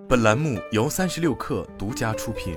本栏目由36氪独家出品。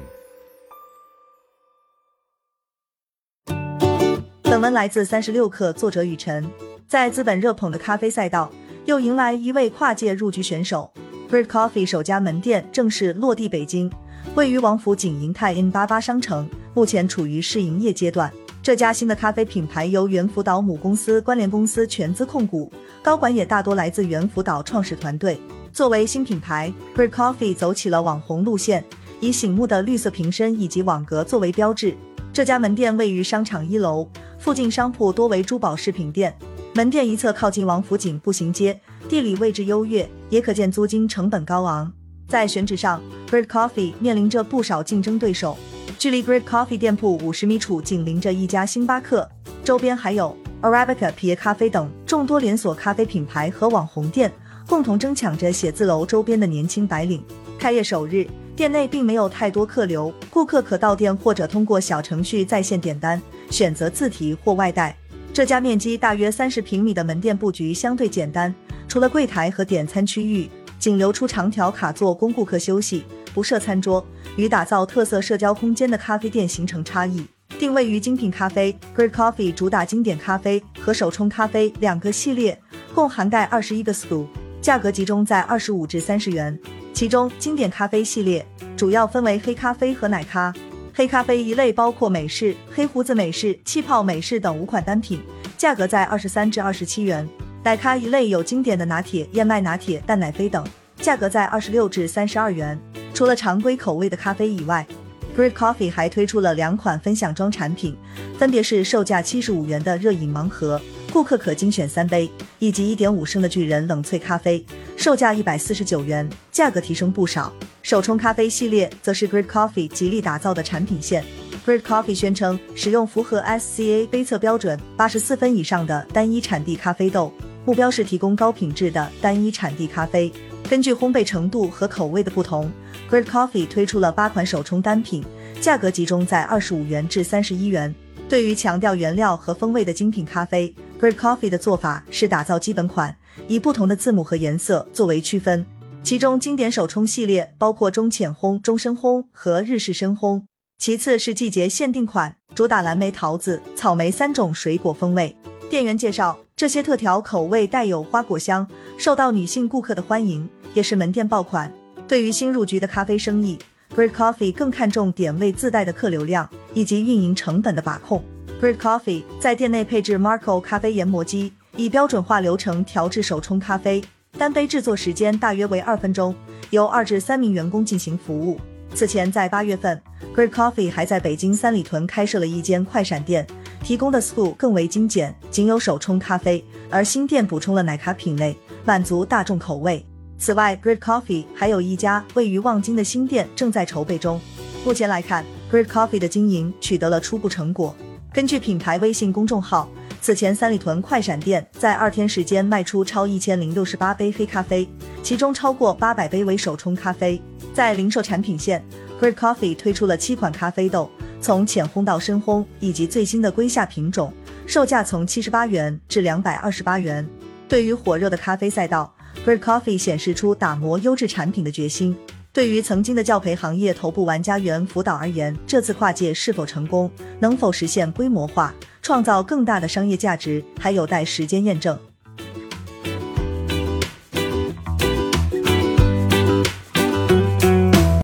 本文来自36氪，作者雨晨。在资本热捧的咖啡赛道，又迎来一位跨界入局选手。Grid Coffee 首家门店正式落地北京，位于王府井银泰 N88 商城，目前处于试营业阶段。这家新的咖啡品牌由猿辅导母公司关联公司全资控股，高管也大多来自猿辅导创始团队。作为新品牌， Grid Coffee 走起了网红路线，以醒目的绿色瓶身以及网格作为标志。这家门店位于商场1楼，附近商铺多为珠宝饰品店。门店一侧靠近王府井步行街，地理位置优越，也可见租金成本高昂。在选址上， Grid Coffee 面临着不少竞争对手。距离 Grid Coffee 店铺50米处紧邻着一家星巴克，周边还有 Arabica、皮耶咖啡等众多连锁咖啡品牌和网红店，共同争抢着写字楼周边的年轻白领。开业首日，店内并没有太多客流，顾客可到店或者通过小程序在线点单，选择自提或外带。这家面积大约30平米的门店布局相对简单，除了柜台和点餐区域，仅留出长条卡座供顾客休息，不设餐桌，与打造特色社交空间的咖啡店形成差异。定位于精品咖啡， Grid Coffee 主打经典咖啡和手冲咖啡2个系列，共涵盖21个 SKU， 价格集中在25至30元。其中经典咖啡系列主要分为黑咖啡和奶咖。黑咖啡一类包括美式、黑胡子美式、气泡美式等5款单品，价格在23至27元。奶咖一类有经典的拿铁、燕麦拿铁、淡奶啡等，价格在26至32元。除了常规口味的咖啡以外， Grid Coffee 还推出了2款分享装产品，分别是售价75元的热饮盲盒，顾客可精选3杯，以及1.5升的巨人冷萃咖啡，售价149元，价格提升不少。手冲咖啡系列则是 Grid Coffee 极力打造的产品线。 Grid Coffee 宣称使用符合 SCA 杯测标准84分以上的单一产地咖啡豆，目标是提供高品质的单一产地咖啡。根据烘焙程度和口味的不同， Grid Coffee 推出了8款手冲单品，价格集中在25元至31元。对于强调原料和风味的精品咖啡， Grid Coffee 的做法是打造基本款，以不同的字母和颜色作为区分。其中经典手冲系列包括中浅烘、中深烘和日式深烘，其次是季节限定款，主打蓝莓、桃子、草莓3种水果风味。店员介绍，这些特调口味带有花果香，受到女性顾客的欢迎，也是门店爆款。对于新入局的咖啡生意， Grid Coffee 更看重点位自带的客流量以及运营成本的把控。 Grid Coffee 在店内配置 Marco 咖啡研磨机，以标准化流程调制手冲咖啡，单杯制作时间大约为2分钟，由2至3名员工进行服务。此前在8月份， Grid Coffee 还在北京三里屯开设了一间快闪店，提供的 SKU 更为精简，仅有手冲咖啡，而新店补充了奶咖品类，满足大众口味。此外， Grid Coffee 还有一家位于望京的新店正在筹备中。目前来看， Grid Coffee 的经营取得了初步成果。根据品牌微信公众号，此前三里屯快闪店在2天时间卖出超1068杯黑咖啡，其中超过800杯为手冲咖啡。在零售产品线， Grid Coffee 推出了7款咖啡豆，从浅烘到深烘，以及最新的瑰夏品种，售价从78元至228元。对于火热的咖啡赛道， Grid Coffee 显示出打磨优质产品的决心。对于曾经的教培行业头部玩家猿辅导而言，这次跨界是否成功，能否实现规模化，创造更大的商业价值，还有待时间验证。